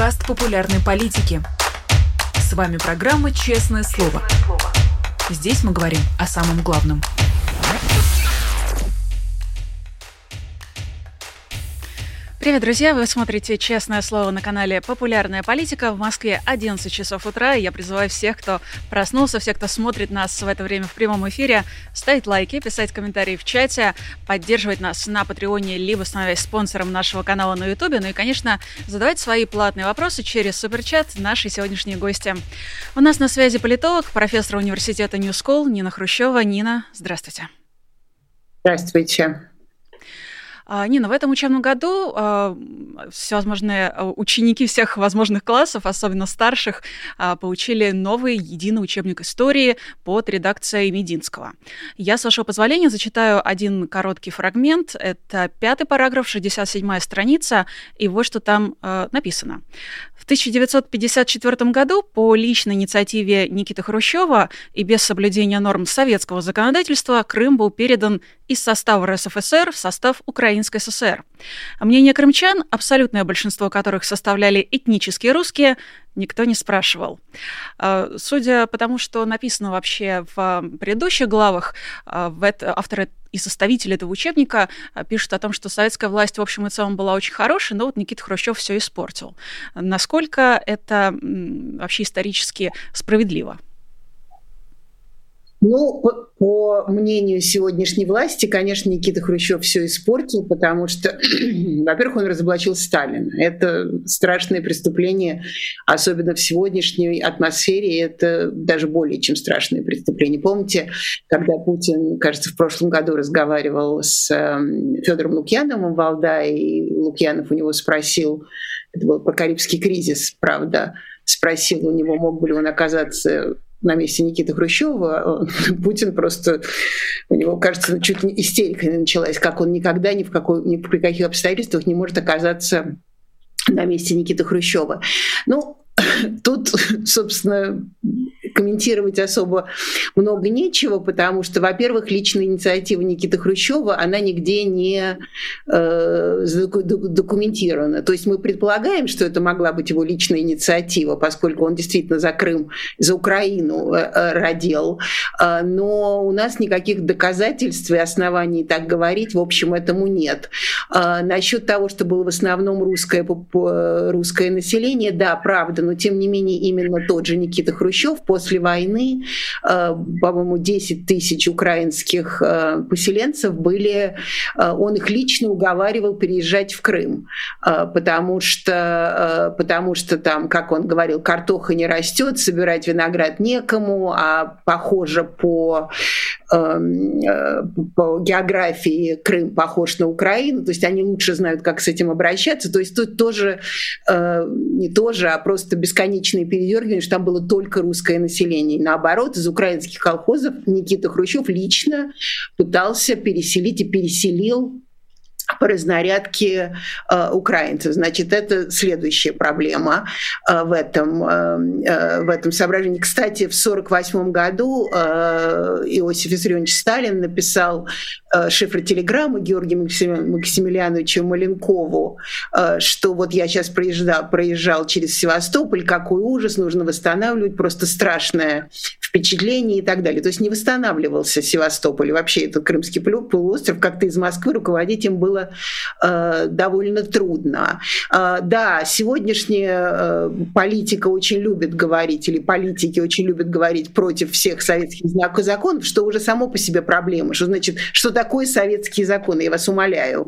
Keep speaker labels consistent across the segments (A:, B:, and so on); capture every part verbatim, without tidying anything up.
A: подкаст популярной политики. С вами программа «Честное слово». Здесь мы говорим о самом главном.
B: Привет, друзья! Вы смотрите «Честное слово» на канале «Популярная политика». В Москве одиннадцать часов утра. И я призываю всех, кто проснулся, всех, кто смотрит нас в это время в прямом эфире, ставить лайки, писать комментарии в чате, поддерживать нас на Патреоне, либо становясь спонсором нашего канала на Ютубе. Ну и, конечно, задавать свои платные вопросы через суперчат нашей сегодняшней гости. У нас на связи политолог, профессор университета New School Нина Хрущева. Нина, здравствуйте.
C: Здравствуйте.
B: Нина, в этом учебном году э, всевозможные ученики всех возможных классов, особенно старших, э, получили новый единый учебник истории под редакцией Мединского. Я, с вашего позволения, зачитаю один короткий фрагмент. Это пятый параграф, шестьдесят седьмая страница, и вот что там э, написано. В тысяча девятьсот пятьдесят четвёртом году по личной инициативе Никиты Хрущева и без соблюдения норм советского законодательства Крым был передан из состава эр эс эф эс эр в состав Украинской эс эс эр. Мнение крымчан, абсолютное большинство которых составляли этнические русские, никто не спрашивал. Судя по тому, что написано вообще в предыдущих главах, авторы и составители этого учебника пишут о том, что советская власть в общем и целом была очень хорошей, но вот Никита Хрущев все испортил. Насколько это вообще исторически справедливо?
C: Ну, по, по мнению сегодняшней власти, конечно, Никита Хрущев все испортил, потому что, во-первых, он разоблачил Сталина. Это страшное преступление, особенно в сегодняшней атмосфере, это даже более чем страшное преступление. Помните, когда Путин, кажется, в прошлом году разговаривал с э, Федором Лукьяновым в Валдае, и Лукьянов у него спросил, это был про Карибский кризис, правда, спросил у него, мог бы ли он оказаться на месте Никиты Хрущева. Путин просто, у него, кажется, чуть не истерика началась, как он никогда ни в какой, ни при каких обстоятельствах не может оказаться на месте Никиты Хрущева. Ну, тут, собственно, комментировать особо много нечего, потому что, во-первых, личная инициатива Никиты Хрущева, она нигде не э, документирована. То есть мы предполагаем, что это могла быть его личная инициатива, поскольку он действительно за Крым, за Украину э, родил. Э, но у нас никаких доказательств и оснований так говорить, в общем, этому нет. Э, насчет того, что было в основном русское, русское население, да, правда, но тем не менее именно тот же Никита Хрущев после войны, по-моему, десять тысяч украинских поселенцев были, он их лично уговаривал переезжать в Крым, потому что, потому что там, как он говорил, картоха не растет, собирать виноград некому, а похоже по, по географии Крым похож на Украину, то есть они лучше знают, как с этим обращаться, то есть тут тоже, не тоже, а просто бесконечные передергивания, что там было только русское население. Наоборот, из украинских колхозов Никита Хрущев лично пытался переселить и переселил по разнарядке э, украинцев. Значит, это следующая проблема э, в, этом, э, в этом соображении. Кстати, в сорок восьмом году э, Иосиф Виссарионович Сталин написал э, шифротелеграмму Георгию Максимилиановичу Маленкову, э, что вот я сейчас проезжал, проезжал через Севастополь, какой ужас, нужно восстанавливать, просто страшное впечатление и так далее. То есть не восстанавливался Севастополь. Вообще этот Крымский полуостров, как-то из Москвы руководить им было э, довольно трудно. Э, да, сегодняшняя э, политика очень любит говорить, или политики очень любят говорить против всех советских законов, что уже само по себе проблема. Что значит, что такое советские законы? Я вас умоляю.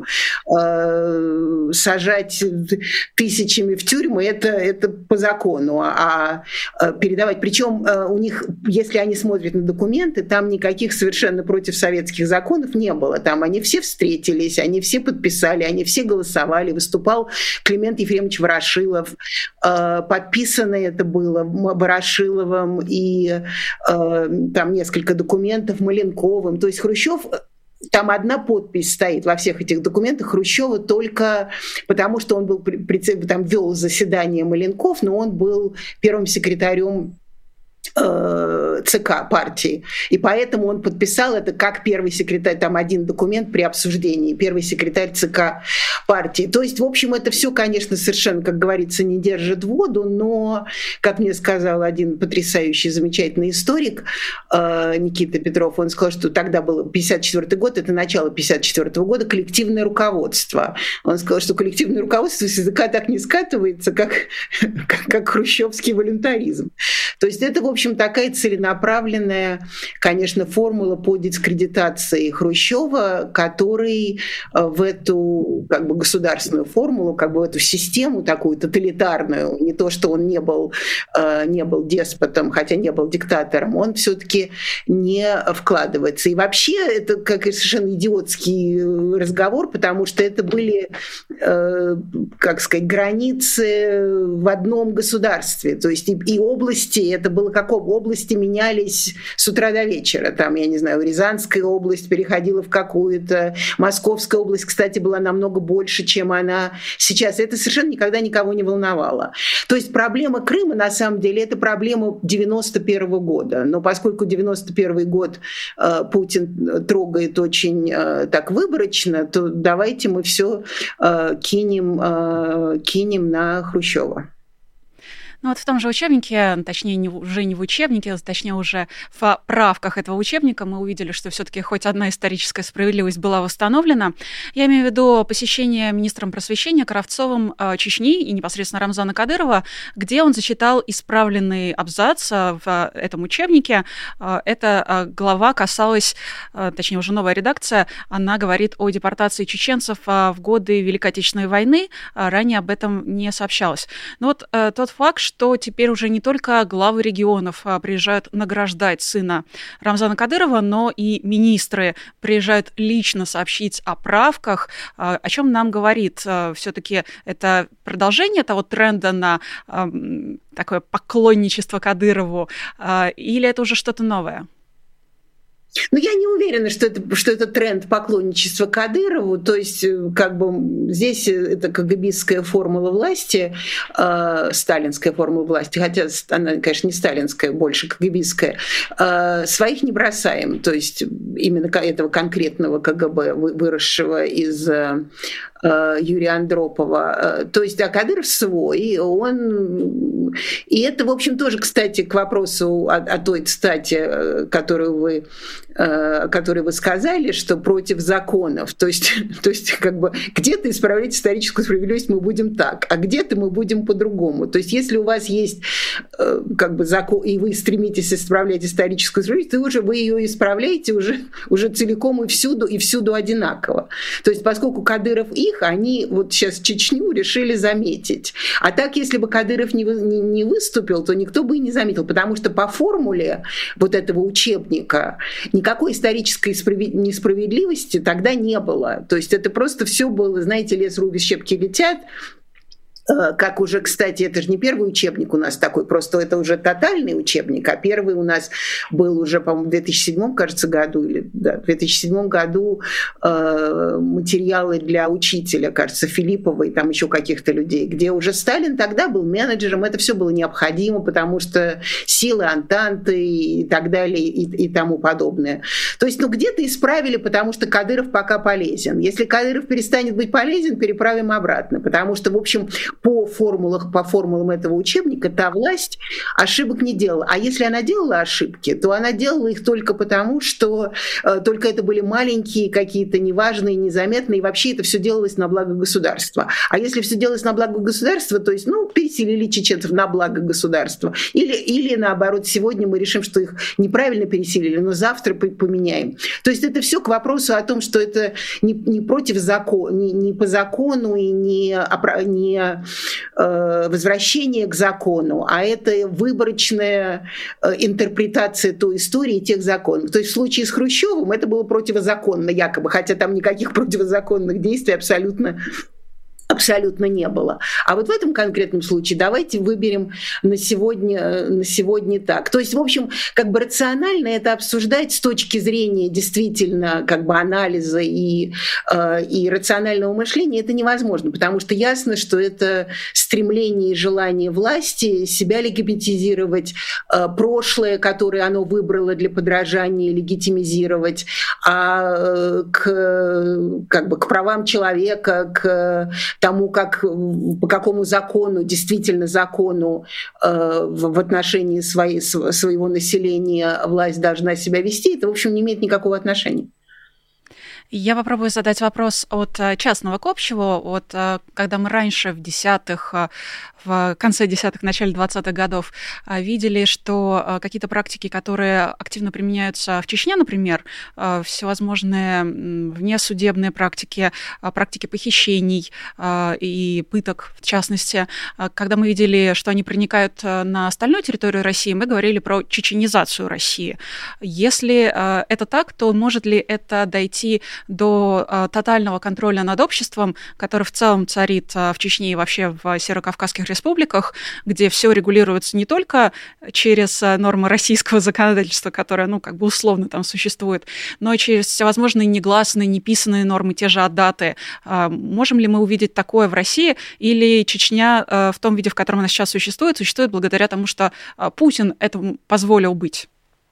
C: Э, сажать тысячами в тюрьмы это, это по закону, а передавать. Причем э, у них, если они смотрят на документы, там никаких совершенно против советских законов не было. Там они все встретились, они все подписали, они все голосовали. Выступал Климент Ефремович Ворошилов. Подписано это было Ворошиловым и там несколько документов Маленковым. То есть Хрущев... Там одна подпись стоит во всех этих документах Хрущева только потому, что он был, там вел заседание Маленков, но он был первым секретарем ЦК партии. И поэтому он подписал это как первый секретарь, там один документ при обсуждении, первый секретарь ЦК партии. То есть, в общем, это все, конечно, совершенно, как говорится, не держит воду, но, как мне сказал один потрясающий, замечательный историк Никита Петров, он сказал, что тогда был пятьдесят четвёртый год, это начало пятьдесят четвёртого года, коллективное руководство. Он сказал, что коллективное руководство с языка так не скатывается, как, как, как хрущевский волюнтаризм. То есть это, в общем, такая целенаправленная, конечно, формула по дискредитации Хрущева, который в эту как бы государственную формулу, как бы в эту систему такую тоталитарную, не то, что он не был, не был деспотом, хотя не был диктатором, он все-таки не вкладывается. И вообще это как совершенно идиотский разговор, потому что это были, как сказать, границы в одном государстве. То есть и, и области, это было как области менялись с утра до вечера. Там, я не знаю, Рязанская область переходила в какую-то, Московская область, кстати, была намного больше, чем она сейчас. Это совершенно никогда никого не волновало. То есть проблема Крыма, на самом деле, это проблема девяносто первого года. Но поскольку девяносто первый год э, Путин трогает очень э, так выборочно, то давайте мы все э, кинем, э, кинем на Хрущева.
B: Ну вот в том же учебнике, точнее, не, уже не в учебнике, точнее, уже в правках этого учебника мы увидели, что все-таки хоть одна историческая справедливость была восстановлена. Я имею в виду посещение министром просвещения Кравцовым Чечни и непосредственно Рамзана Кадырова, где он зачитал исправленный абзац в этом учебнике. Эта глава касалась, точнее, уже новая редакция, она говорит о депортации чеченцев в годы Великой Отечественной войны. Ранее об этом не сообщалось. Но вот тот факт, что что теперь уже не только главы регионов приезжают награждать сына Рамзана Кадырова, но и министры приезжают лично сообщить о правках. О чем нам говорит? Все-таки это продолжение того тренда на такое поклонничество Кадырову, или это уже что-то новое?
C: Ну, я не уверена, что это, что это тренд поклонничества Кадырову. То есть, как бы здесь это кагбистская формула власти, э, сталинская формула власти, хотя она, конечно, не сталинская, больше кагбистская. Э, своих не бросаем. То есть, именно этого конкретного КГБ, выросшего из э, Юрия Андропова. То есть, а Кадыров свой, он... И это, в общем, тоже, кстати, к вопросу о, о той цитате, которую вы, которую вы сказали, что против законов. То есть, то есть как бы где-то исправлять историческую справедливость мы будем так, а где-то мы будем по-другому. То есть если у вас есть как бы закон, и вы стремитесь исправлять историческую справедливость, то уже вы ее исправляете уже, уже целиком и всюду, и всюду одинаково. То есть поскольку Кадыров их, они вот сейчас Чечню решили заметить. А так, если бы Кадыров не, не, не выступил, то никто бы и не заметил, потому что по формуле вот этого учебника никакой исторической несправедливости тогда не было. То есть это просто все было, знаете, лес рубит, щепки летят. Как уже, кстати, это же не первый учебник у нас такой, просто это уже тотальный учебник, а первый у нас был уже, по-моему, в две тысячи седьмом, кажется, году, или да, в две тысячи седьмом году э, материалы для учителя, кажется, Филиппова и там еще каких-то людей, где уже Сталин тогда был менеджером, это все было необходимо, потому что силы Антанты и так далее и, и тому подобное. То есть, ну, где-то исправили, потому что Кадыров пока полезен. Если Кадыров перестанет быть полезен, переправим обратно, потому что, в общем, по формулам, по формулам этого учебника та власть ошибок не делала. А если она делала ошибки, то она делала их только потому, что э, только это были маленькие, какие-то неважные, незаметные, и вообще это все делалось на благо государства. А если все делалось на благо государства, то есть, ну, переселили чеченцев на благо государства. Или, или наоборот, сегодня мы решим, что их неправильно переселили, но завтра поменяем. То есть это все к вопросу о том, что это не, не против закона, не, не по закону и не, не возвращение к закону, а это выборочная интерпретация той истории и тех законов. То есть в случае с Хрущевым это было противозаконно якобы, хотя там никаких противозаконных действий абсолютно абсолютно не было. А вот в этом конкретном случае давайте выберем на сегодня, на сегодня так. То есть, в общем, как бы рационально это обсуждать с точки зрения действительно как бы анализа и, э, и рационального мышления это невозможно, потому что ясно, что это стремление и желание власти себя легитимизировать, э, прошлое, которое оно выбрало для подражания, легитимизировать, а э, к, как бы, к правам человека, к тому, как, по какому закону, действительно закону э, в, в отношении своей, своего населения власть должна себя вести, это, в общем, не имеет никакого отношения.
B: Я попробую задать вопрос от частного к общему. Вот когда мы раньше в десятых, в конце десятых, начале двадцатых годов видели, что какие-то практики, которые активно применяются в Чечне, например, всевозможные внесудебные практики, практики похищений и пыток, в частности, когда мы видели, что они проникают на остальную территорию России, мы говорили про чеченизацию России. Если это так, то может ли это дойти до э, тотального контроля над обществом, который в целом царит э, в Чечне и вообще в северокавказских республиках, где все регулируется не только через э, нормы российского законодательства, которое, ну, как бы условно там существует, но и через всевозможные негласные, неписанные нормы, те же аддаты. Э, можем ли мы увидеть такое в России, или Чечня э, в том виде, в котором она сейчас существует, существует благодаря тому, что э, Путин этому позволил быть?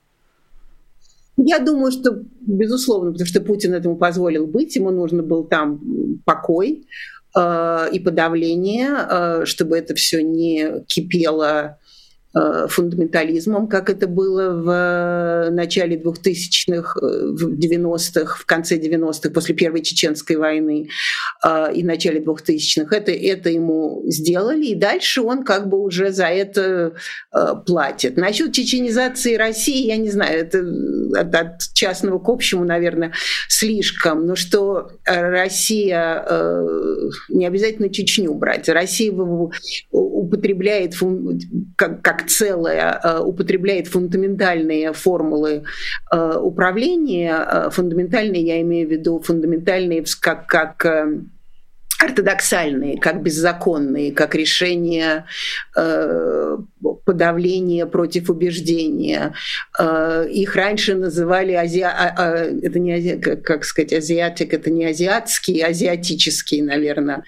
C: Я думаю, что, безусловно, потому что Путин этому позволил быть, ему нужно был там покой э, и подавление, э, чтобы это все не кипело э, фундаментализмом, как это было в начале двухтысячных, в девяностых, в конце девяностых, после Первой Чеченской войны э, и в начале двухтысячных. Это, это ему сделали, и дальше он как бы уже за это э, платит. Насчет чеченизации России, я не знаю, это от, от частного к общему, наверное, слишком, но что Россия, э, не обязательно Чечню брать, Россия употребляет как, как целое, э, употребляет фундаментальные формулы э, управления, э, фундаментальные, я имею в виду фундаментальные как, как э, ортодоксальные, как беззаконные, как решение э, подавления против убеждения. Э, их раньше называли ази... а, а, это не ази... как, как сказать, азиатик, это не азиатский, азиатический, наверное,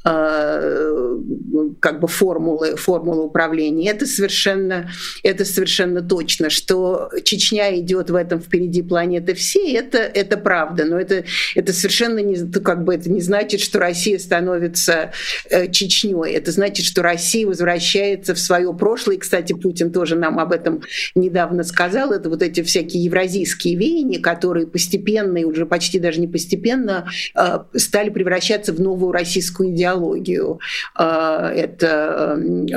C: как бы формулы, формулы управления. Это совершенно, это совершенно точно. Что Чечня идет в этом впереди планеты всей, это, это правда. Но это, это совершенно не, как бы, это не значит, что Россия становится Чечней. Это значит, что Россия возвращается в свое прошлое. И, кстати, Путин тоже нам об этом недавно сказал. Это вот эти всякие евразийские веяния, которые постепенно, и уже почти даже не постепенно, стали превращаться в новую российскую идеологию. Это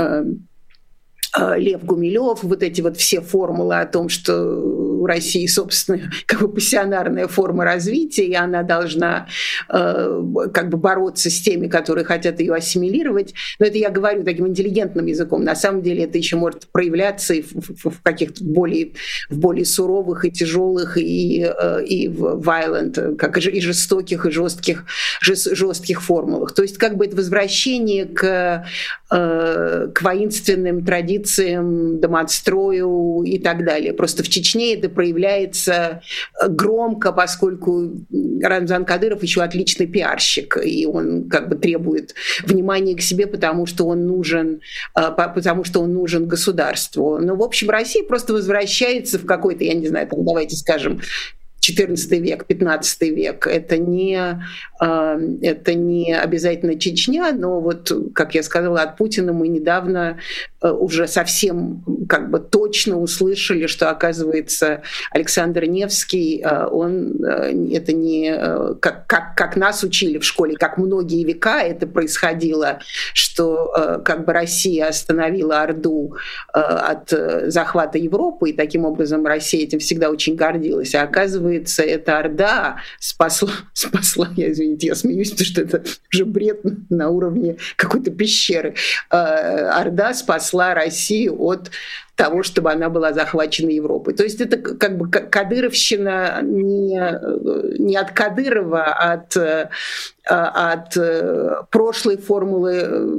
C: Лев Гумилев, вот эти вот все формулы о том, что у России, собственно, как бы пассионарная форма развития, и она должна э, как бы бороться с теми, которые хотят ее ассимилировать. Но это я говорю таким интеллигентным языком. На самом деле это еще может проявляться и в, в, в каких-то более, в более суровых и тяжелых, и, э, и violent, как и жестоких, и жестких, жестких формулах. То есть как бы это возвращение к, э, к воинственным традициям, домострою и так далее. Просто в Чечне это проявляется громко, поскольку Рамзан Кадыров еще отличный пиарщик, и он как бы требует внимания к себе, потому что он нужен, потому что он нужен государству. Но, в общем, Россия просто возвращается в какой-то, я не знаю, там, давайте скажем, четырнадцатый век, пятнадцатый век. Это не, это не обязательно Чечня, но вот, как я сказала, от Путина мы недавно уже совсем как бы точно услышали, что, оказывается, Александр Невский, он, это не как, как, как нас учили в школе, как многие века это происходило, что как бы Россия остановила Орду от захвата Европы, и таким образом Россия этим всегда очень гордилась, а оказывается, эта Орда спасла, спасла, я, извините, я смеюсь, потому что это уже бред на уровне какой-то пещеры. Орда спасла Россию от того, чтобы она была захвачена Европой. То есть это как бы кадыровщина не, не от Кадырова, а от, от прошлой формулы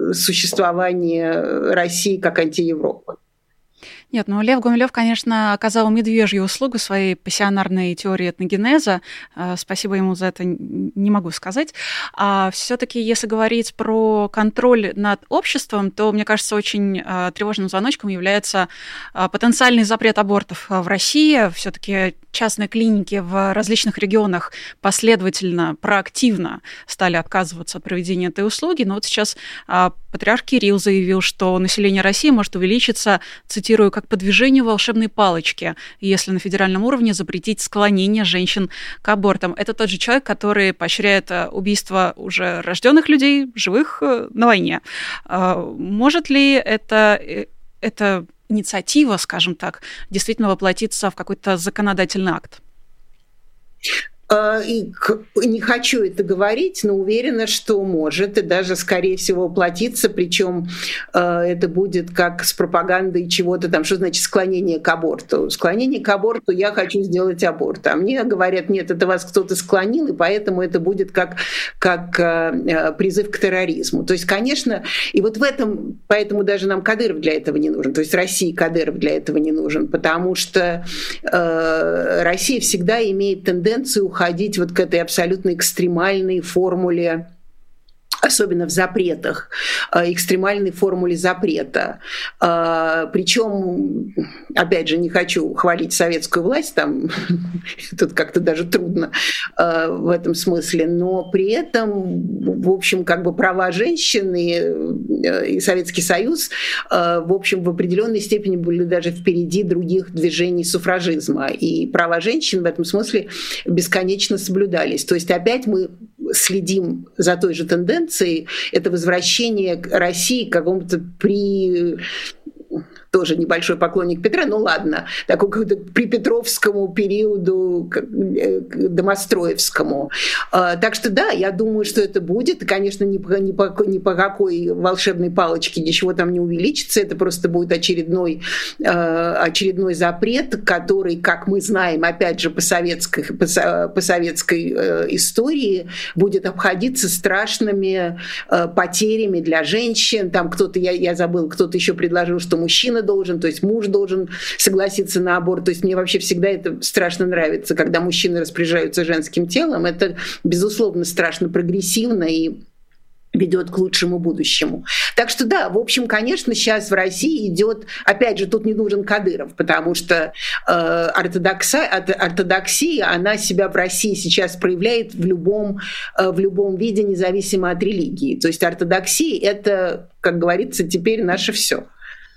C: существование России как антиевропы.
B: Нет, ну Лев Гумилев, конечно, оказал медвежью услугу своей пассионарной теории этногенеза. Спасибо ему за это не могу сказать. А все-таки, если говорить про контроль над обществом, то, мне кажется, очень тревожным звоночком является потенциальный запрет абортов в России. Все-таки частные клиники в различных регионах последовательно, проактивно стали отказываться от проведения этой услуги. Но вот сейчас патриарх Кирилл заявил, что население России может увеличиться, цитирую, как по движению волшебной палочки, если на федеральном уровне запретить склонение женщин к абортам. Это тот же человек, который поощряет убийство уже рожденных людей, живых, на войне. Может ли это, эта инициатива, скажем так, действительно воплотиться в какой-то законодательный акт?
C: И не хочу это говорить, но уверена, что может, и даже, скорее всего, воплотиться, причем это будет как с пропагандой чего-то там, что значит склонение к аборту. Склонение к аборту, я хочу сделать аборт. А мне говорят, нет, это вас кто-то склонил, и поэтому это будет как, как призыв к терроризму. То есть, конечно, и вот в этом, поэтому даже нам Кадыров для этого не нужен, то есть России Кадыров для этого не нужен, потому что э, Россия всегда имеет тенденцию уходить вот к этой абсолютно экстремальной формуле, особенно в запретах, экстремальной формуле запрета. Причем, опять же, не хочу хвалить советскую власть, там тут как-то даже трудно в этом смысле, но при этом, в общем, как бы права женщин и Советский Союз, в общем, в определенной степени были даже впереди других движений суфражизма, и права женщин в этом смысле бесконечно соблюдались. То есть опять мы следим за той же тенденцией, это возвращение России к какому-то при... тоже небольшой поклонник Петра, ну ладно, такому какому-то припетровскому периоду, домостроевскому. Так что да, я думаю, что это будет. И, конечно, ни по, ни, по, ни по какой волшебной палочке ничего там не увеличится. Это просто будет очередной, очередной запрет, который, как мы знаем, опять же, по советской, по, по советской истории, будет обходиться страшными потерями для женщин. Там кто-то, я, я забыла, кто-то еще предложил, что мужчина должен, то есть муж должен согласиться на аборт. То есть мне вообще всегда это страшно нравится, когда мужчины распоряжаются женским телом. Это, безусловно, страшно прогрессивно и ведет к лучшему будущему. Так что да, в общем, конечно, сейчас в России идет, опять же, тут не нужен Кадыров, потому что э, ортодокса, ортодоксия, она себя в России сейчас проявляет в любом, э, в любом виде, независимо от религии. То есть ортодоксия — это, как говорится, теперь наше все.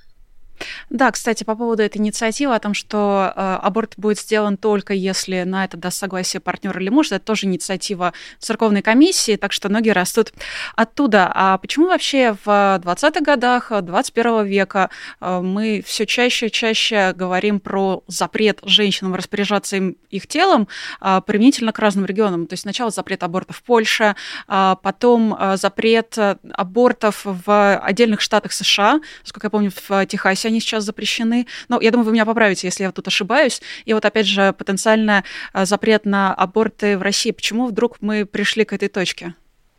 B: Да, кстати, по поводу этой инициативы о том, что э, аборт будет сделан только если на это даст согласие партнер или муж, это тоже инициатива церковной комиссии, так что ноги растут оттуда. А почему вообще в двадцатых годах двадцать первого века э, мы все чаще и чаще говорим про запрет женщинам распоряжаться им, их телом э, применительно к разным регионам? То есть сначала запрет абортов в Польше, э, потом э, запрет абортов в отдельных штатах США, насколько я помню, в Техасе они сейчас запрещены. Но я думаю, вы меня поправите, если я тут ошибаюсь. И вот опять же потенциально запрет на аборты в России. Почему вдруг мы пришли к этой точке?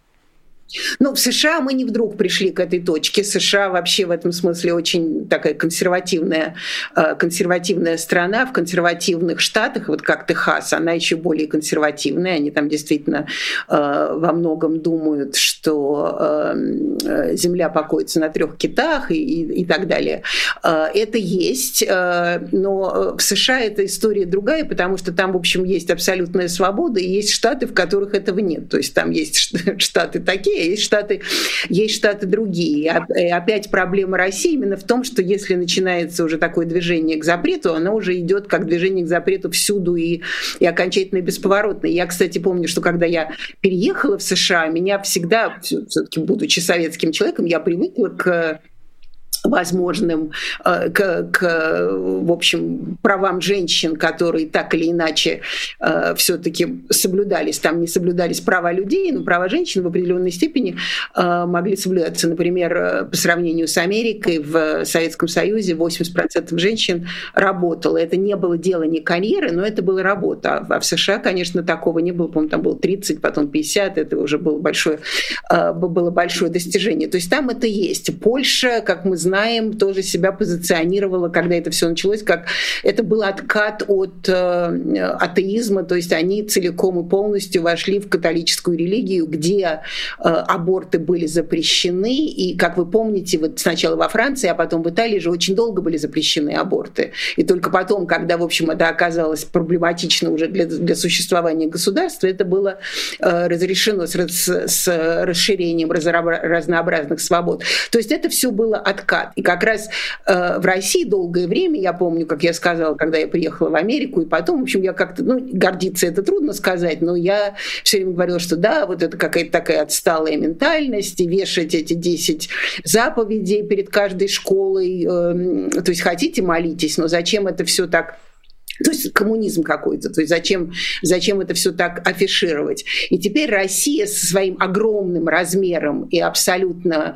C: Ну, в США мы не вдруг пришли к этой точке. США вообще в этом смысле очень такая консервативная, консервативная страна. В консервативных штатах, вот как Техас, она еще более консервативная. Они там действительно во многом думают, что земля покоится на трех китах и, и, и так далее. Это есть, но в США эта история другая, потому что там, в общем, есть абсолютная свобода, и есть штаты, в которых этого нет. То есть там есть штаты такие, есть штаты, есть штаты другие. И опять проблема России именно в том, что если начинается уже такое движение к запрету, оно уже идет как движение к запрету всюду и, и окончательно бесповоротно. Я, кстати, помню, что когда я переехала в США, меня всегда, все-таки будучи советским человеком, я привыкла к возможным к, к, в общем, правам женщин, которые так или иначе э, все-таки соблюдались. Там не соблюдались права людей, но права женщин в определенной степени э, могли соблюдаться. Например, по сравнению с Америкой, в Советском Союзе восемьдесят процентов женщин работало. Это не было дело не карьеры, но это была работа. А в США, конечно, такого не было. По-моему, там было тридцать, потом пятьдесят. Это уже было большое, э, было большое достижение. То есть там это есть. Польша, как мы знаем, знаем, тоже себя позиционировала, когда это все началось, как это был откат от э, атеизма, то есть они целиком и полностью вошли в католическую религию, где э, аборты были запрещены, и, как вы помните, вот сначала во Франции, а потом в Италии же очень долго были запрещены аборты, и только потом, когда, в общем, это оказалось проблематично уже для, для существования государства, это было э, разрешено с, с, с расширением разнообразных свобод. То есть это все было откат. И как раз э, в России долгое время, я помню, как я сказала, когда я приехала в Америку, и потом, в общем, я как-то, ну, гордиться это трудно сказать, но я все время говорила, что да, вот это какая-то такая отсталая ментальность, и вешать эти десять заповедей перед каждой школой, э, то есть хотите, молитесь, но зачем это все так... То есть коммунизм какой-то. То есть зачем, зачем это все так афишировать? И теперь Россия со своим огромным размером и абсолютно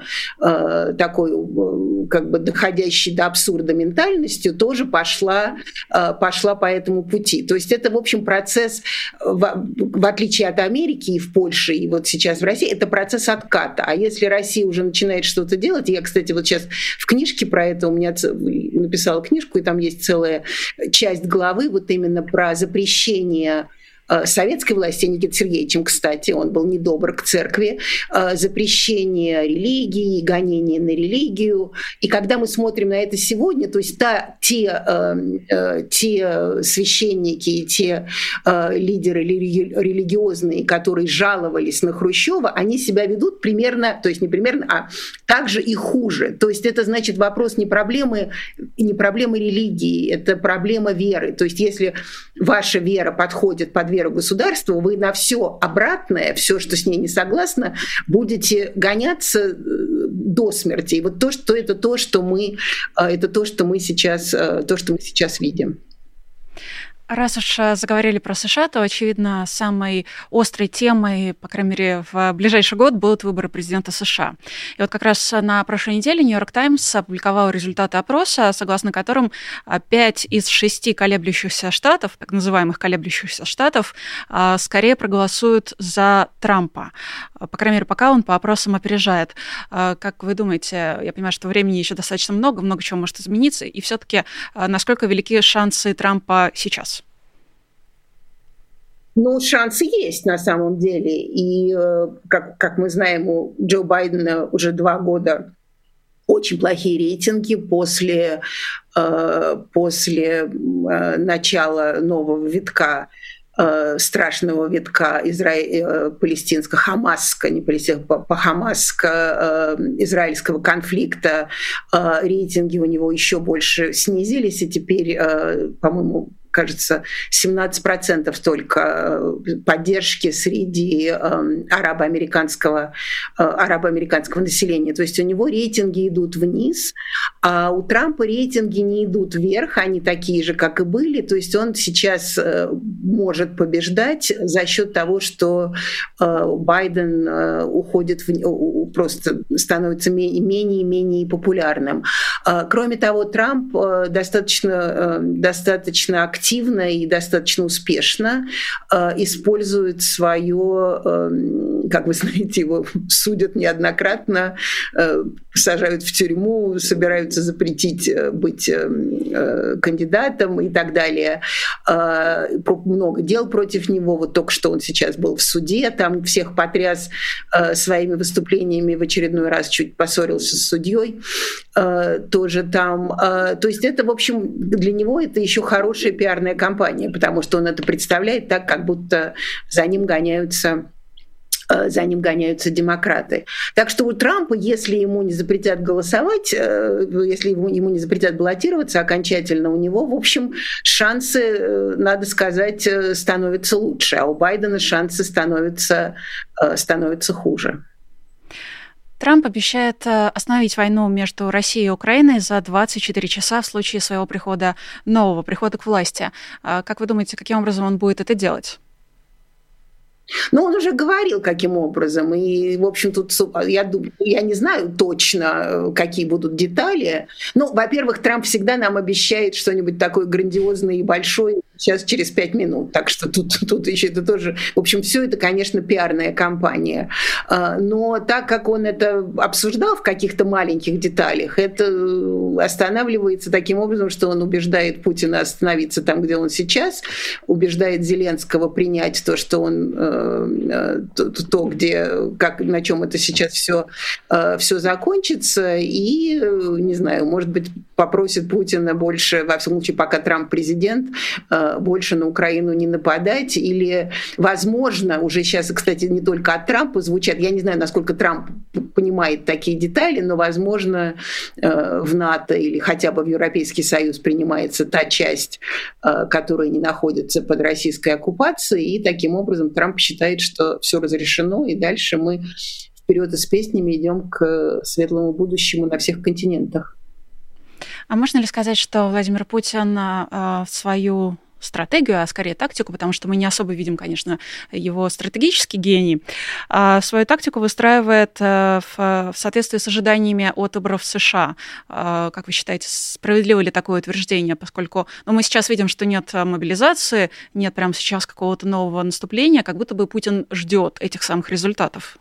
C: э, такой, э, как бы доходящей до абсурда ментальностью тоже пошла, э, пошла по этому пути. То есть это, в общем, процесс, в, в отличие от Америки и в Польше, и вот сейчас в России, это процесс отката. А если Россия уже начинает что-то делать, я, кстати, вот сейчас в книжке про это у меня написала книжку, и там есть целая часть главы, вот именно про запрещение советской власти, Никитой Сергеевичем, кстати, он был недобр к церкви, запрещение религии, гонение на религию. И когда мы смотрим на это сегодня, то есть та, те, те священники, те лидеры религиозные, которые жаловались на Хрущева, они себя ведут примерно, то есть не примерно, а также и хуже. То есть это значит вопрос не проблемы, не проблемы религии, это проблема веры. То есть если ваша вера подходит под веру государства, вы на все обратное, все, что с ней не согласно, будете гоняться до смерти. И вот то, что это то, что мы, это то, что мы сейчас, то, что мы сейчас видим.
B: Раз уж заговорили про США, то, очевидно, самой острой темой, по крайней мере, в ближайший год будут выборы президента США. И вот как раз на прошлой неделе Нью-Йорк Таймс опубликовал результаты опроса, согласно которым пять из шести колеблющихся штатов, так называемых колеблющихся штатов, скорее проголосуют за Трампа. По крайней мере, пока он по опросам опережает. Как вы думаете, я понимаю, что времени еще достаточно много, много чего может измениться, и все-таки насколько велики шансы Трампа сейчас?
C: Ну, шансы есть на самом деле. И, как, как мы знаем, у Джо Байдена уже два года очень плохие рейтинги после, после начала нового витка, страшного витка изра... палестинского, хамасского, не палестинского, по хамасско-израильского конфликта. Рейтинги у него еще больше снизились, и теперь, по-моему, кажется, семнадцать процентов только поддержки среди э, арабо-американского, э, арабо-американского населения. То есть у него рейтинги идут вниз, а у Трампа рейтинги не идут вверх, они такие же, как и были. То есть он сейчас э, может побеждать за счет того, что э, Байден э, уходит, в, просто становится менее и менее популярным. Э, кроме того, Трамп э, достаточно, э, достаточно активно активно и достаточно успешно э, использует свое, э, как вы знаете, его судят неоднократно, э, сажают в тюрьму, собираются запретить э, быть э, кандидатом и так далее. Э, много дел против него. Вот только что он сейчас был в суде, там всех потряс э, своими выступлениями, в очередной раз чуть поссорился с судьей. Э, тоже там. Э, то есть это, в общем, для него это еще хорошая пиар компания, потому что он это представляет так, как будто за ним гоняются за ним гоняются демократы. Так что у Трампа, если ему не запретят голосовать, если ему, ему не запретят баллотироваться окончательно, у него, в общем, шансы, надо сказать, становятся лучше, а у Байдена шансы становятся, становятся хуже.
B: Трамп обещает остановить войну между Россией и Украиной за двадцать четыре часа в случае своего прихода, нового прихода к власти. Как вы думаете, каким образом он будет это делать?
C: Ну, он уже говорил, каким образом. И, в общем, тут я, думаю, я не знаю точно, какие будут детали. Ну, во-первых, Трамп всегда нам обещает что-нибудь такое грандиозное и большое сейчас через пять минут. Так что тут, тут еще это тоже... В общем, все это, конечно, пиарная кампания. Но так как он это обсуждал в каких-то маленьких деталях, это останавливается таким образом, что он убеждает Путина остановиться там, где он сейчас, убеждает Зеленского принять то, что он... То, то, где, как, на чем это сейчас все, все закончится, и, не знаю, может быть, попросит Путина больше, во всяком случае, пока Трамп президент, больше на Украину не нападать, или, возможно, уже сейчас, кстати, не только от Трампа звучат, я не знаю, насколько Трамп понимает такие детали, но, возможно, в НАТО или хотя бы в Европейский Союз принимается та часть, которая не находится под российской оккупацией, и таким образом Трамп считает, что все разрешено, и дальше мы вперед и с песнями идем к светлому будущему на всех континентах.
B: А можно ли сказать, что Владимир Путин в свою стратегию, а скорее тактику, потому что мы не особо видим, конечно, его стратегический гений, а свою тактику выстраивает в, в соответствии с ожиданиями от выборов в США. Как вы считаете, справедливо ли такое утверждение, поскольку ну, мы сейчас видим, что нет мобилизации, нет прямо сейчас какого-то нового наступления, как будто бы Путин ждет этих самых результатов?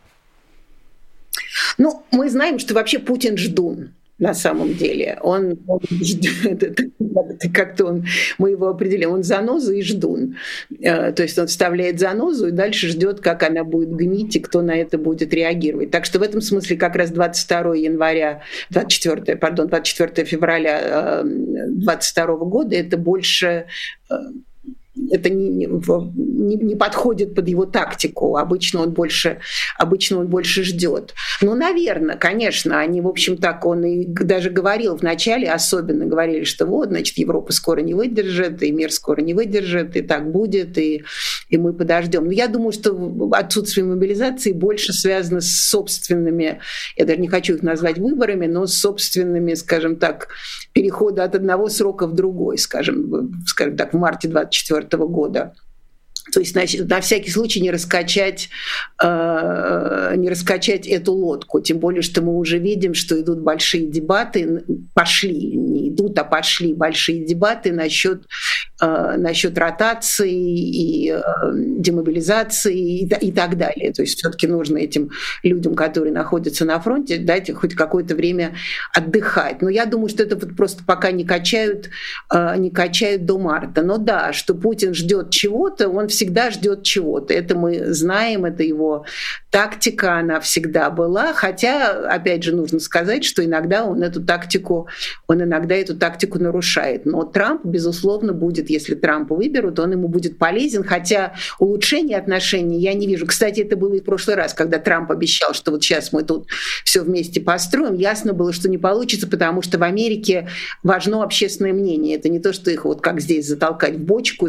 C: Ну, мы знаем, что вообще Путин ждун. На самом деле. Он, он как-то он, мы его определим, он заноза и ждун. То есть он вставляет занозу и дальше ждет, как она будет гнить и кто на это будет реагировать. Так что в этом смысле как раз двадцать второго января, двадцать четвёртого, пардон, двадцать четвёртого февраля двадцать второго года это больше... это не, не, не подходит под его тактику. Обычно он больше, обычно он больше ждет. Ну, наверное, конечно, они, в общем, так он и даже говорил вначале, особенно говорили, что вот, значит, Европа скоро не выдержит, и мир скоро не выдержит, и так будет, и, и мы подождем. Но я думаю, что отсутствие мобилизации больше связано с собственными, я даже не хочу их назвать выборами, но с собственными, скажем так, перехода от одного срока в другой, скажем, скажем так, в марте двадцать четвёртого года. То есть на, на всякий случай не раскачать, э, не раскачать эту лодку. Тем более, что мы уже видим, что идут большие дебаты, пошли, не идут, а пошли большие дебаты насчет, э, насчет ротации и э, демобилизации и, и так далее. То есть все-таки нужно этим людям, которые находятся на фронте, дать хоть какое-то время отдыхать. Но я думаю, что это вот просто пока не качают, э, не качают до марта. Но да, что Путин ждет чего-то, он всегда ждет чего-то. Это мы знаем, это его тактика, она всегда была. Хотя, опять же, нужно сказать, что иногда он эту тактику, он иногда эту тактику нарушает. Но Трамп, безусловно, будет, если Трампа выберут, он ему будет полезен. Хотя улучшения отношений я не вижу. Кстати, это было и в прошлый раз, когда Трамп обещал, что вот сейчас мы тут все вместе построим. Ясно было, что не получится, потому что в Америке важно общественное мнение. Это не то, что их вот как здесь затолкать в бочку,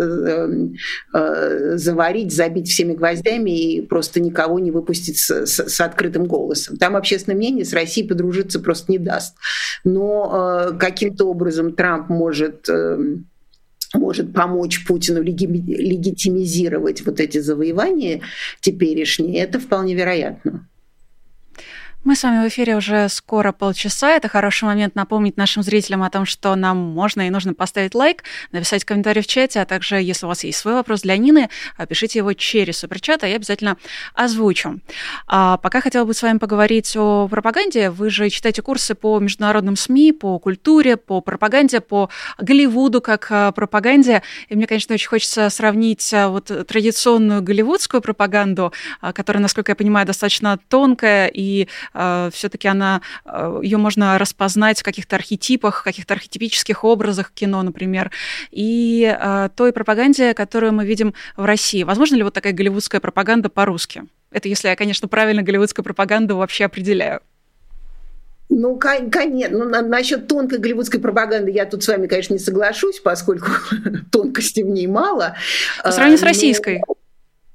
C: заварить, забить всеми гвоздями и просто никого не выпустить с, с, с открытым голосом. Там общественное мнение с Россией подружиться просто не даст. Но э, каким-то образом Трамп может... Э, может помочь Путину легитимизировать вот эти завоевания теперешние, это вполне вероятно.
B: Мы с вами в эфире уже скоро полчаса. Это хороший момент напомнить нашим зрителям о том, что нам можно и нужно поставить лайк, написать комментарий в чате, а также, если у вас есть свой вопрос для Нины, пишите его через суперчат, а я обязательно озвучу. А пока хотела бы с вами поговорить о пропаганде. Вы же читаете курсы по международным СМИ, по культуре, по пропаганде, по Голливуду как пропаганде. И мне, конечно, очень хочется сравнить вот традиционную голливудскую пропаганду, которая, насколько я понимаю, достаточно тонкая и все-таки она, ее можно распознать в каких-то архетипах, каких-то архетипических образах кино, например, и той пропаганде, которую мы видим в России. Возможно ли вот такая голливудская пропаганда по-русски? Это если я, конечно, правильно голливудскую пропаганду вообще определяю.
C: Ну, конечно. Ну, насчет тонкой голливудской пропаганды я тут с вами, конечно, не соглашусь, поскольку тонкости в ней мало.
B: По сравнению с российской.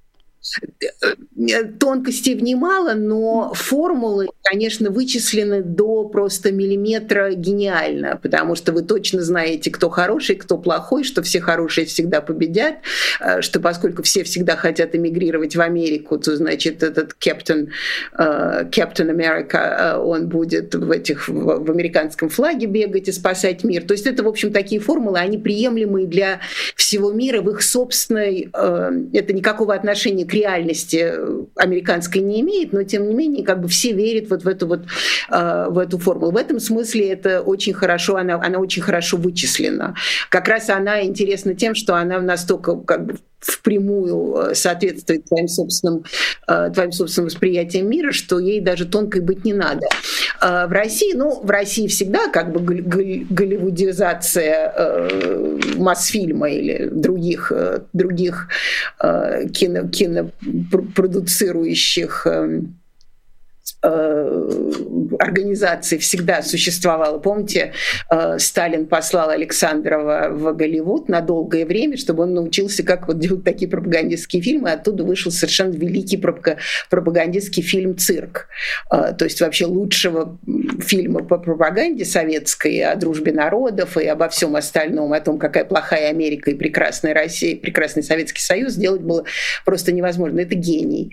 C: Тонкостей в ней мало, но формулы, конечно, вычислены до просто миллиметра гениально, потому что вы точно знаете, кто хороший, кто плохой, что все хорошие всегда победят, что поскольку все всегда хотят эмигрировать в Америку, то, значит, этот Captain, Captain America, он будет в, этих, в американском флаге бегать и спасать мир. То есть это, в общем, такие формулы, они приемлемые для всего мира в их собственной... Это никакого отношения к реальности американской не имеет, но тем не менее как бы все верят вот в эту вот э, в эту формулу. В этом смысле это очень хорошо, она, она очень хорошо вычислена. Как раз она интересна тем, что она настолько как бы впрямую соответствует твоим собственным, э, твоим собственным восприятиям мира, что ей даже тонкой быть не надо. Э, в России, ну, в России всегда как бы голливудизация э, Мосфильма или других, э, других э, кино, кинопродуцирующих э, организаций всегда существовала. Помните, Сталин послал Александрова в Голливуд на долгое время, чтобы он научился, как вот делать такие пропагандистские фильмы, оттуда вышел совершенно великий пропагандистский фильм «Цирк». То есть вообще лучшего фильма по пропаганде советской о дружбе народов и обо всем остальном, о том, какая плохая Америка и прекрасная Россия, прекрасный Советский Союз, сделать было просто невозможно. Это гений.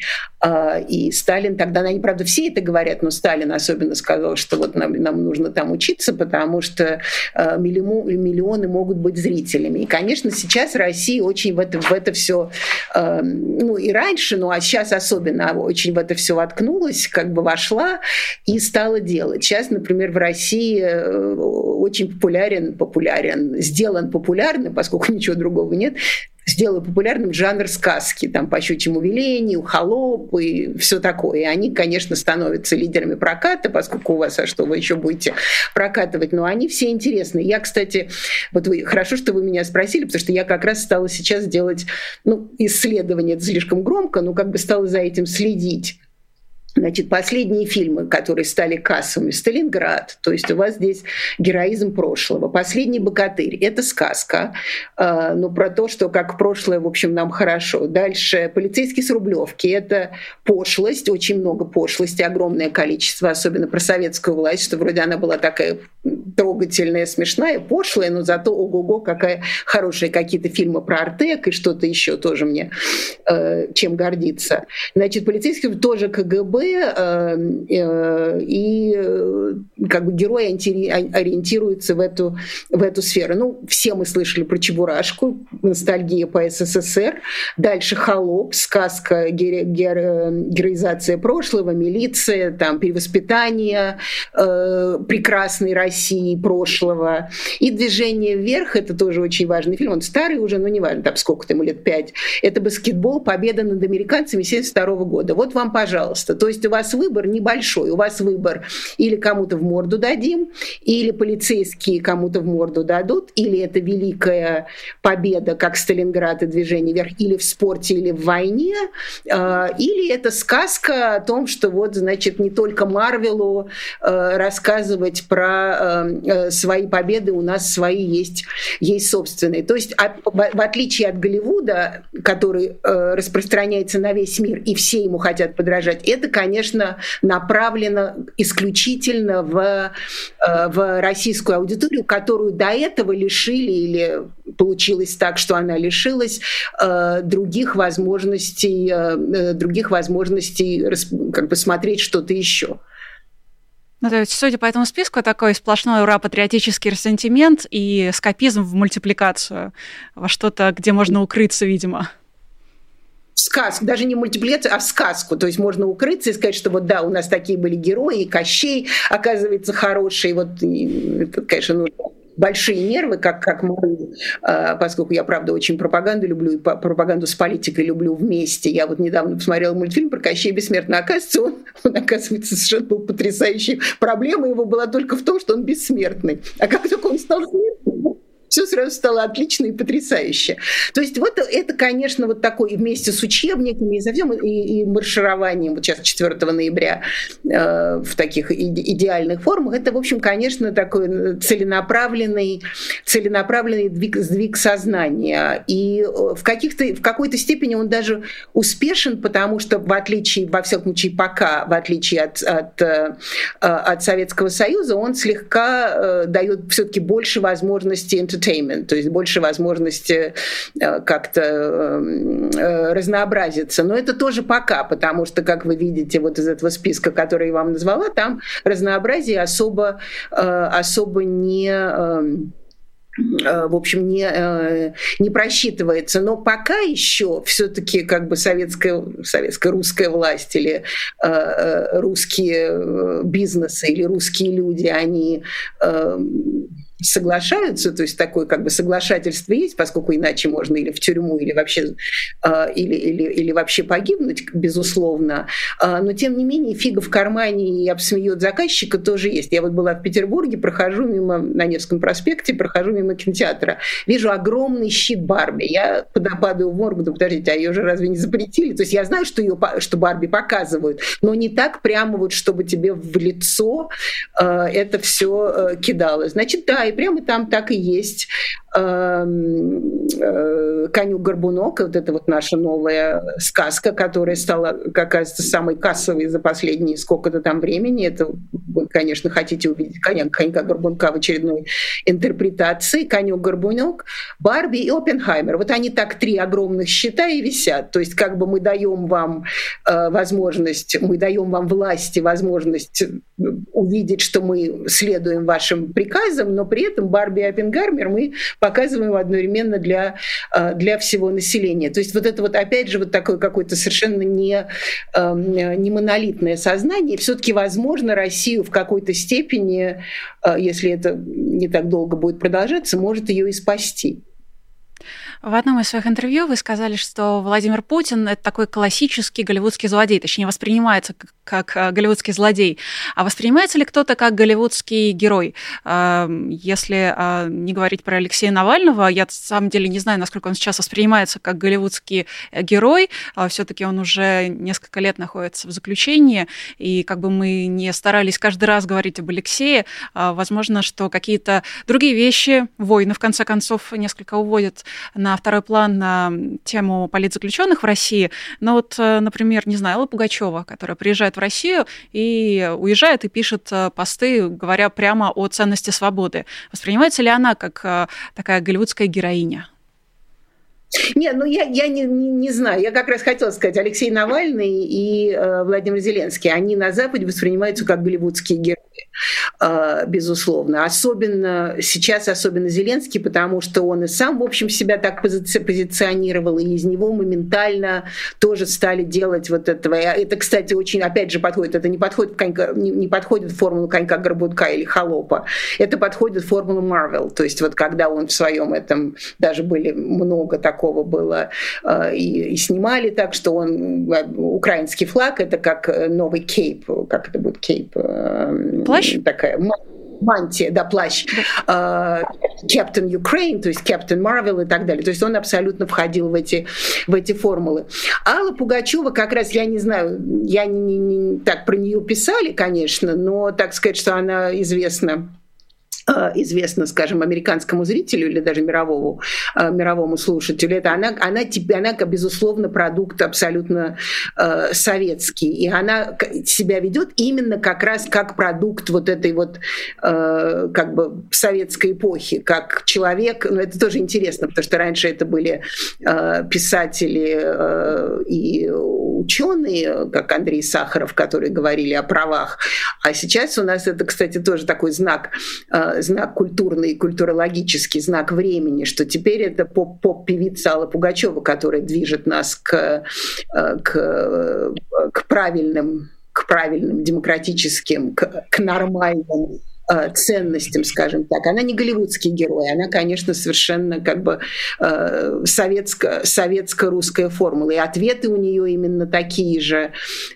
C: И Сталин тогда, они, правда, все это говорят, но Сталин особенно сказал, что вот нам, нам нужно там учиться, потому что э, миллионы могут быть зрителями. И, конечно, сейчас Россия очень в это, в это все, э, ну и раньше, ну а сейчас особенно очень в это все воткнулась, как бы вошла и стала делать. Сейчас, например, в России э, очень популярен, популярен, сделан популярным, поскольку ничего другого нет, сделал популярным жанр сказки, там по щучьему велению, холоп и все такое. И они, конечно, становятся лидерами проката, поскольку у вас, а что вы еще будете прокатывать, но они все интересные. Я, кстати, вот вы, хорошо, что вы меня спросили, потому что я как раз стала сейчас делать, ну, исследование, это слишком громко, но как бы стала за этим следить. Значит, последние фильмы, которые стали кассовыми, «Сталинград», то есть у вас здесь героизм прошлого. «Последний богатырь» — это сказка, э, ну, про то, что как прошлое, в общем, нам хорошо. Дальше «Полицейский с Рублевки» — это пошлость, очень много пошлости, огромное количество, особенно про советскую власть, что вроде она была такая трогательная, смешная, пошлая, но зато ого-го, какая хорошая, какие-то фильмы про Артек и что-то еще тоже мне э, чем гордиться. Значит, «Полицейский» тоже КГБ, э, э, и э, как бы герой ориентируется в эту, в эту сферу. Ну, все мы слышали про Чебурашку, ностальгия по СССР. Дальше «Холоп», сказка, геро, геро, героизация прошлого, милиция, там, перевоспитание э, прекрасной России прошлого. И «Движение вверх» — это тоже очень важный фильм. Он старый уже, но не важно, там сколько-то ему лет, пять. Это баскетбол, победа над американцами семьдесят второго года. Вот вам, пожалуйста. То есть у вас выбор небольшой. У вас выбор или кому-то в морду дадим, или полицейские кому-то в морду дадут, или это великая победа, как Сталинград и «Движение вверх», или в спорте, или в войне, или это сказка о том, что вот, значит, не только Марвелу рассказывать про свои победы, у нас свои есть, есть собственные. То есть в отличие от Голливуда, который распространяется на весь мир, и все ему хотят подражать, это, конечно, направлено исключительно в, в российскую аудиторию, которую до этого лишили, или получилось так, что она лишилась других возможностей, других возможностей как бы смотреть что-то еще.
B: Ну, то есть, судя по этому списку, такой сплошной ура-патриотический ресентимент и эскапизм в мультипликацию, во что-то, где можно укрыться, видимо.
C: В сказку, даже не в мультипликацию, а в сказку. То есть можно укрыться и сказать, что вот да, у нас такие были герои, и Кощей, оказывается, хороший. Вот, это, конечно, нужно большие нервы, как, как Мару, поскольку я, правда, очень пропаганду люблю, и пропаганду с политикой люблю вместе. Я вот недавно посмотрела мультфильм про Кощея Бессмертного. Оказывается, он, он, оказывается, совершенно был потрясающий. Проблема его была только в том, что он бессмертный. А как только он стал смертным, все сразу стало отлично и потрясающе. То есть вот это, конечно, вот такой и вместе с учебниками, и совсем, и, и маршированием, вот сейчас четвёртого ноября э, в таких иде- идеальных формах, это, в общем, конечно, такой целенаправленный, целенаправленный двиг, сдвиг сознания. И в, каких-то, в какой-то степени он даже успешен, потому что в отличие, во всяком случае, пока, в отличие от, от, от Советского Союза, он слегка дает все-таки больше возможностей entertainment, то есть больше возможности как-то разнообразиться. Но это тоже пока, потому что, как вы видите, вот из этого списка, который я вам назвала, там разнообразие особо, особо не... в общем, не, не просчитывается. Но пока еще все-таки как бы советская, советская русская власть или э, русские бизнесы или русские люди, они э, соглашаются, то есть такое как бы соглашательство есть, поскольку иначе можно или в тюрьму, или вообще, э, или, или, или вообще погибнуть, безусловно. Э, но тем не менее фига в кармане и обсмеет заказчика тоже есть. Я вот была в Петербурге, прохожу мимо, на Невском проспекте, прохожу мимо кинотеатра, вижу огромный щит Барби. Я падаю в морг, думаю, подождите, а ее же разве не запретили? То есть я знаю, что, ее, что Барби показывают, но не так прямо вот, чтобы тебе в лицо э, это все э, кидалось. Значит, да, и прямо там так и есть «Конюк-горбунок», вот это вот наша новая сказка, которая стала, как кажется, самой кассовой за последние сколько-то там времени. Это вы, конечно, хотите увидеть конька-горбунка в очередной интерпретации. «Конюк-горбунок», Барби и Оппенхаймер. Вот они так три огромных щита и висят. То есть как бы мы даем вам э, возможность, мы даем вам власти возможность увидеть, что мы следуем вашим приказам, но при этом Барби и Оппенгеймер мы показываем одновременно для, для всего населения. То есть вот это вот опять же вот такое какое-то совершенно не, не монолитное сознание. Все-таки, возможно, Россию в какой-то степени, если это не так долго будет продолжаться, может ее и спасти.
B: В одном из своих интервью вы сказали, что Владимир Путин – это такой классический голливудский злодей, точнее, воспринимается как, как голливудский злодей. А воспринимается ли кто-то как голливудский герой? Если не говорить про Алексея Навального, я на самом деле не знаю, насколько он сейчас воспринимается как голливудский герой. Все-таки он уже несколько лет находится в заключении, и как бы мы не старались каждый раз говорить об Алексее, возможно, что какие-то другие вещи, войны, в конце концов, несколько уводят на второй план на тему политзаключенных в России. Но вот, например, не знаю, Алла Пугачева, которая приезжает в Россию и уезжает и пишет посты, говоря прямо о ценности свободы. Воспринимается ли она как такая голливудская героиня?
C: Нет, ну я, я не, не, не знаю. Я как раз хотела сказать, Алексей Навальный и э, Владимир Зеленский, они на Западе воспринимаются как голливудские герои, э, безусловно. Особенно сейчас, особенно Зеленский, потому что он и сам, в общем, себя так пози- позиционировал, и из него моментально тоже стали делать вот этого. Это, кстати, очень, опять же, подходит. Это не подходит, конька, не, не подходит в формулу конька-горбунка или холопа. Это подходит в формулу Марвел. То есть вот когда он в своем этом, даже были много такого, было и, и снимали так, что он украинский флаг, это как новый кейп, как это будет кейп?
B: Плащ?
C: Такая мантия, да, плащ. Captain Ukraine, то есть Captain Marvel и так далее. То есть он абсолютно входил в эти, в эти формулы. Алла Пугачева, как раз, я не знаю, я не, не, так про нее писали, конечно, но так сказать, что она известна известно, скажем, американскому зрителю или даже мировому, мировому слушателю, это она, она, она, безусловно, продукт абсолютно э, советский. И она себя ведет именно как раз как продукт вот этой вот э, как бы советской эпохи, как человек. Но это тоже интересно, потому что раньше это были э, писатели э, и ученые, как Андрей Сахаров, которые говорили о правах. А сейчас у нас это, кстати, тоже такой знак, знак культурный, культурологический, знак времени, что теперь это поп-певица Алла Пугачева, которая движет нас к, к, к правильным, к правильным демократическим, к, к нормальным ценностям, скажем так. Она не голливудский герой, она, конечно, совершенно как бы советско, советско-русская формула. И ответы у нее именно такие же,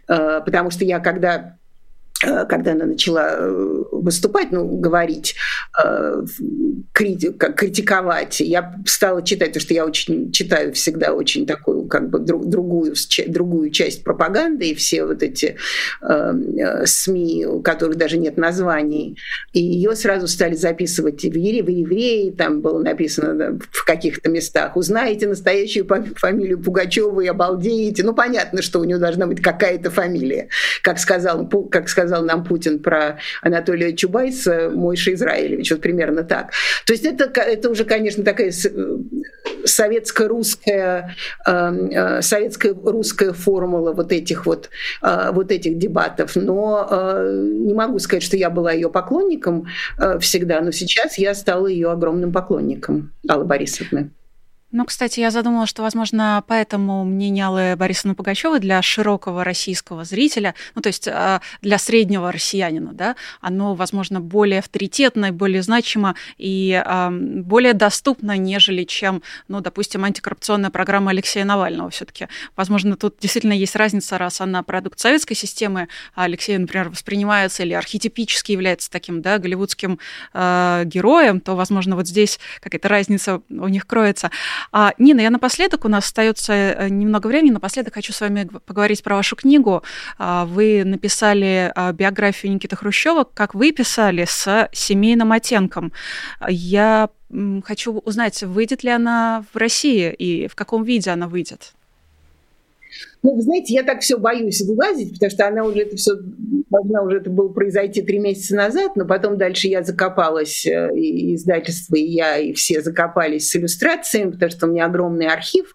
C: потому что я когда когда она начала выступать, ну, говорить, критиковать. Я стала читать, потому что я очень читаю всегда очень такую как бы другую, другую часть пропаганды, и все вот эти СМИ, у которых даже нет названий. И ее сразу стали записывать в евреи, там было написано в каких-то местах: узнаете настоящую фамилию Пугачёва и обалдеете. Ну, понятно, что у нее должна быть какая-то фамилия. Как сказал, как сказал нам Путин про Анатолия Чубайса, Мойша Израилевич, вот примерно так. То есть это, это уже, конечно, такая советско-русская, советская русская формула вот этих вот, вот этих дебатов. Но не могу сказать, что я была ее поклонником всегда, но сейчас я стала ее огромным поклонником, Аллы Борисовны.
B: Ну, кстати, я задумала, что, возможно, поэтому мнение Аллы Борисовны Пугачёвой для широкого российского зрителя, ну, то есть для среднего россиянина, да, оно, возможно, более авторитетно, более значимо и э, более доступно, нежели чем, ну, допустим, антикоррупционная программа Алексея Навального все-таки. Возможно, тут действительно есть разница, раз она продукт советской системы, а Алексей, например, воспринимается или архетипически является таким, да, голливудским э, героем, то, возможно, вот здесь какая-то разница у них кроется. А, Нина, я напоследок, у нас остается немного времени, напоследок хочу с вами поговорить про вашу книгу. Вы написали биографию Никиты Хрущева, как вы писали, с семейным оттенком. Я хочу узнать, выйдет ли она в России и в каком виде она выйдет?
C: Ну, вы знаете, я так все боюсь вылазить, потому что она уже это все должна уже это было произойти три месяца назад, но потом дальше я закопалась, и издательство, и я, и все закопались с иллюстрациями, потому что у меня огромный архив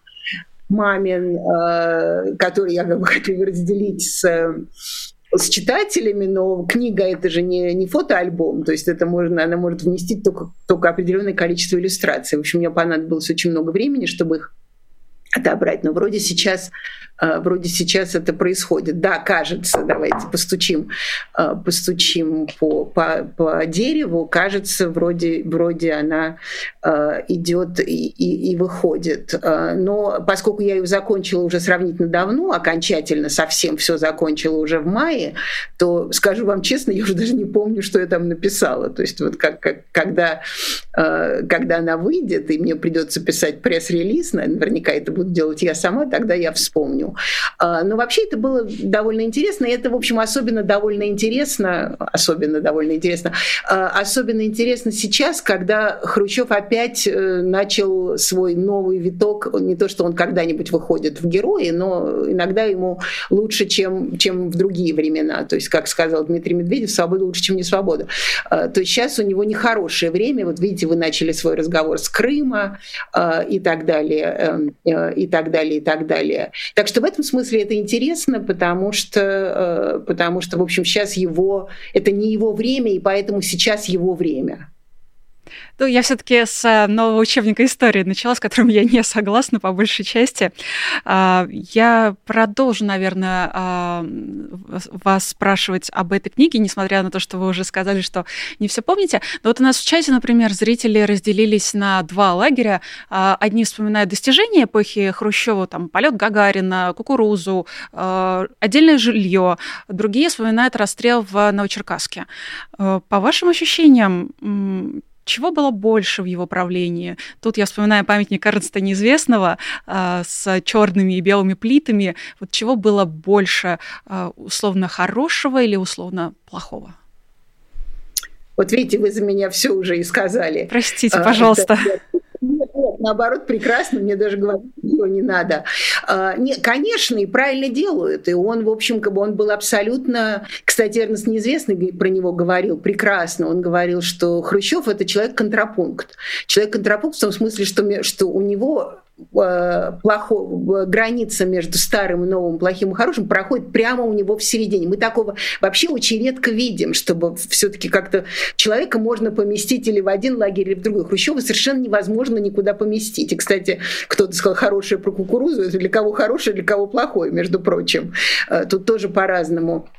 C: мамин, который я как бы хочу разделить с с читателями, но книга — это же не, не фотоальбом, то есть это можно, она может вместить только, только определенное количество иллюстраций. В общем, мне понадобилось очень много времени, чтобы их отобрать, но вроде сейчас, вроде сейчас это происходит. Да, кажется, давайте постучим, постучим по, по, по дереву, кажется, вроде, вроде она идет и, и, и выходит. Но поскольку я ее закончила уже сравнительно давно, окончательно совсем все закончила уже в мае, то, скажу вам честно, я уже даже не помню, что я там написала. То есть вот как, как, когда, когда она выйдет, и мне придется писать пресс-релиз, наверняка это будет делать я сама, тогда я вспомню. Но вообще это было довольно интересно, и это, в общем, особенно довольно интересно, особенно довольно интересно, особенно интересно сейчас, когда Хрущев опять начал свой новый виток, не то, что он когда-нибудь выходит в герои, но иногда ему лучше, чем, чем в другие времена. То есть, как сказал Дмитрий Медведев, свобода лучше, чем не свобода. То есть сейчас у него нехорошее время. Вот видите, вы начали свой разговор с Крыма и так далее, и так далее, и так далее. Так что в этом смысле это интересно, потому что, потому что, в общем, сейчас его, это не его время, и поэтому сейчас его время.
B: Ну, я все-таки с нового учебника истории начала, с которым я не согласна по большей части. Я продолжу, наверное, вас спрашивать об этой книге, несмотря на то, что вы уже сказали, что не все помните. Но вот у нас в чате, например, зрители разделились на два лагеря. Одни вспоминают достижения эпохи Хрущева, там, полет Гагарина, кукурузу, отдельное жилье. Другие вспоминают расстрел в Новочеркасске. По вашим ощущениям, чего было больше в его правлении? Тут я вспоминаю памятник Эрнста Неизвестного э, с черными и белыми плитами. Вот чего было больше, э, условно хорошего или условно плохого?
C: Вот видите, вы за меня все уже и сказали.
B: Простите, пожалуйста.
C: Нет, нет, наоборот, прекрасно, мне даже говорить ничего не надо. А, не, конечно, и правильно делают. И он, в общем, как бы он был абсолютно... Кстати, Эрнст Неизвестный про него говорил прекрасно. Он говорил, что Хрущев — это человек-контрапункт. Человек-контрапункт в том смысле, что, что у него... Плохо, граница между старым и новым, плохим и хорошим проходит прямо у него в середине. Мы такого вообще очень редко видим, чтобы все-таки как-то человека можно поместить или в один лагерь, или в другой. Хрущева совершенно невозможно никуда поместить. И, кстати, кто-то сказал хорошее про кукурузу, это для кого хорошее, для кого плохое, между прочим. Тут тоже по-разному.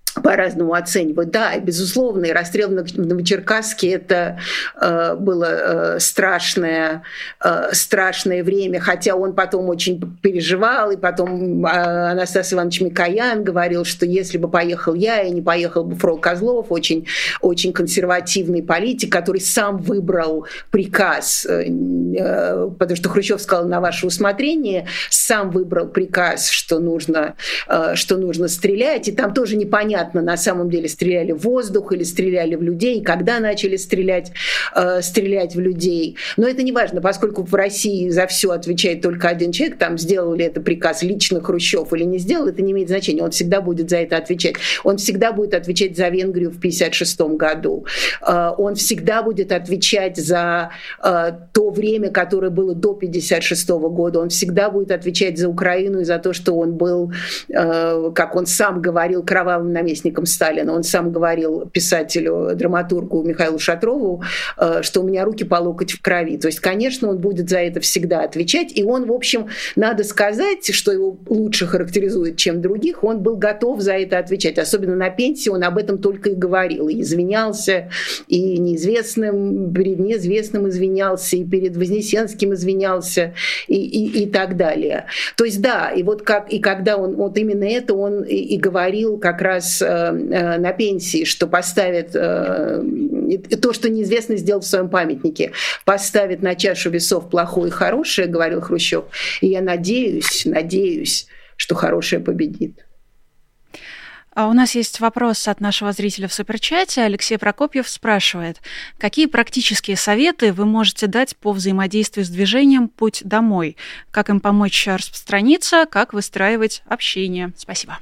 C: по-разному оценивают. Да, безусловно, и расстрел в Новочеркасске — это э, было э, страшное, э, страшное время, хотя он потом очень переживал, и потом э, Анастас Иванович Микоян говорил, что если бы поехал я, и не поехал бы Фрол Козлов, очень, очень консервативный политик, который сам выбрал приказ, э, э, потому что Хрущев сказал: на ваше усмотрение, сам выбрал приказ, что нужно, э, что нужно стрелять, и там тоже непонятно, на самом деле стреляли в воздух или стреляли в людей, когда начали стрелять, э, стрелять в людей. Но это не важно, поскольку в России за все отвечает только один человек, там сделал ли это приказ лично Хрущев или не сделал, это не имеет значения, он всегда будет за это отвечать. Он всегда будет отвечать за Венгрию в тысяча девятьсот пятьдесят шестом году. Э, он всегда будет отвечать за э, то время, которое было до тысяча девятьсот пятьдесят шестого года. Он всегда будет отвечать за Украину и за то, что он был, э, как он сам говорил, кровавым наместником Сталина. Он сам говорил писателю, драматургу Михаилу Шатрову, что у меня руки по локоть в крови. То есть, конечно, он будет за это всегда отвечать. И он, в общем, надо сказать, что его лучше характеризует, чем других, он был готов за это отвечать. Особенно на пенсии он об этом только и говорил. И извинялся, и неизвестным, перед неизвестным извинялся, и перед Вознесенским извинялся, и, и, и так далее. То есть, да, и вот как, и когда он, вот именно это он и, и говорил как раз на пенсии, что поставит то, что неизвестно сделал в своем памятнике, поставит на чашу весов плохое и хорошее, говорил Хрущев, и я надеюсь, надеюсь, что хорошее победит.
B: А у нас есть вопрос от нашего зрителя в суперчате. Алексей Прокопьев спрашивает: какие практические советы вы можете дать по взаимодействию с движением «Путь домой»? Как им помочь распространиться, как выстраивать общение? Спасибо.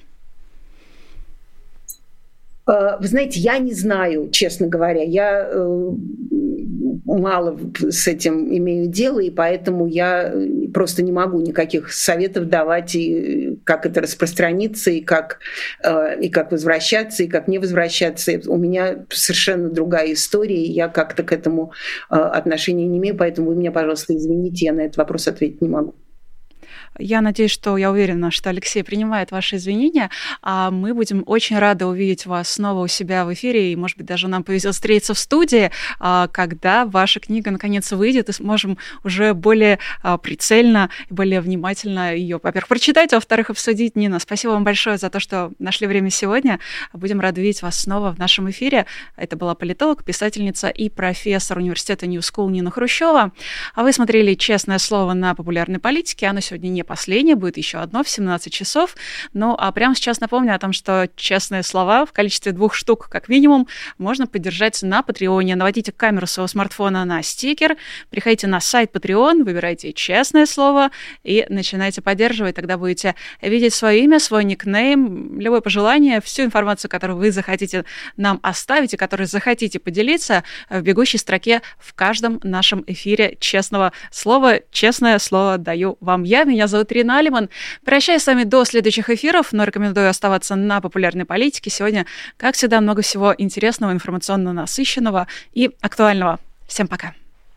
C: Вы знаете, я не знаю, честно говоря, я э, мало с этим имею дело, и поэтому я просто не могу никаких советов давать, и как это распространиться, и как, э, и как возвращаться, и как не возвращаться. У меня совершенно другая история, и я как-то к этому э, отношения не имею, поэтому вы меня, пожалуйста, извините, я на этот вопрос ответить не могу.
B: Я надеюсь, что я уверена, что Алексей принимает ваши извинения, а мы будем очень рады увидеть вас снова у себя в эфире, и, может быть, даже нам повезет встретиться в студии, когда ваша книга наконец выйдет, и сможем уже более прицельно и более внимательно ее, во-первых, прочитать, а во-вторых, обсудить. Нина, спасибо вам большое за то, что нашли время сегодня. Будем рады видеть вас снова в нашем эфире. Это была политолог, писательница и профессор университета New School Нина Хрущева. А вы смотрели «Честное слово» на Популярной политике. Оно сегодня не последнее, будет еще одно в семнадцать часов. Ну, а прямо сейчас напомню о том, что «Честные слова» в количестве двух штук, как минимум, можно поддержать на Патреоне. Наводите камеру своего смартфона на стикер, приходите на сайт Patreon, выбирайте «Честное слово» и начинайте поддерживать. Тогда будете видеть свое имя, свой никнейм, любое пожелание, всю информацию, которую вы захотите нам оставить и которой захотите поделиться, в бегущей строке в каждом нашем эфире «Честного слова». Честное слово даю вам я. Меня зовут Ирина Алиман. Прощаюсь с вами до следующих эфиров, но рекомендую оставаться на Популярной политике. Сегодня, как всегда, много всего интересного, информационно насыщенного и актуального. Всем пока.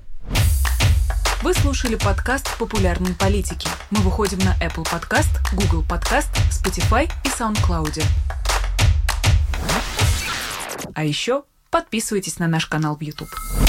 A: Вы слушали подкаст «Популярной политики». Мы выходим на Apple Podcast, Google Podcast, Spotify и SoundCloud. А еще подписывайтесь на наш канал в YouTube.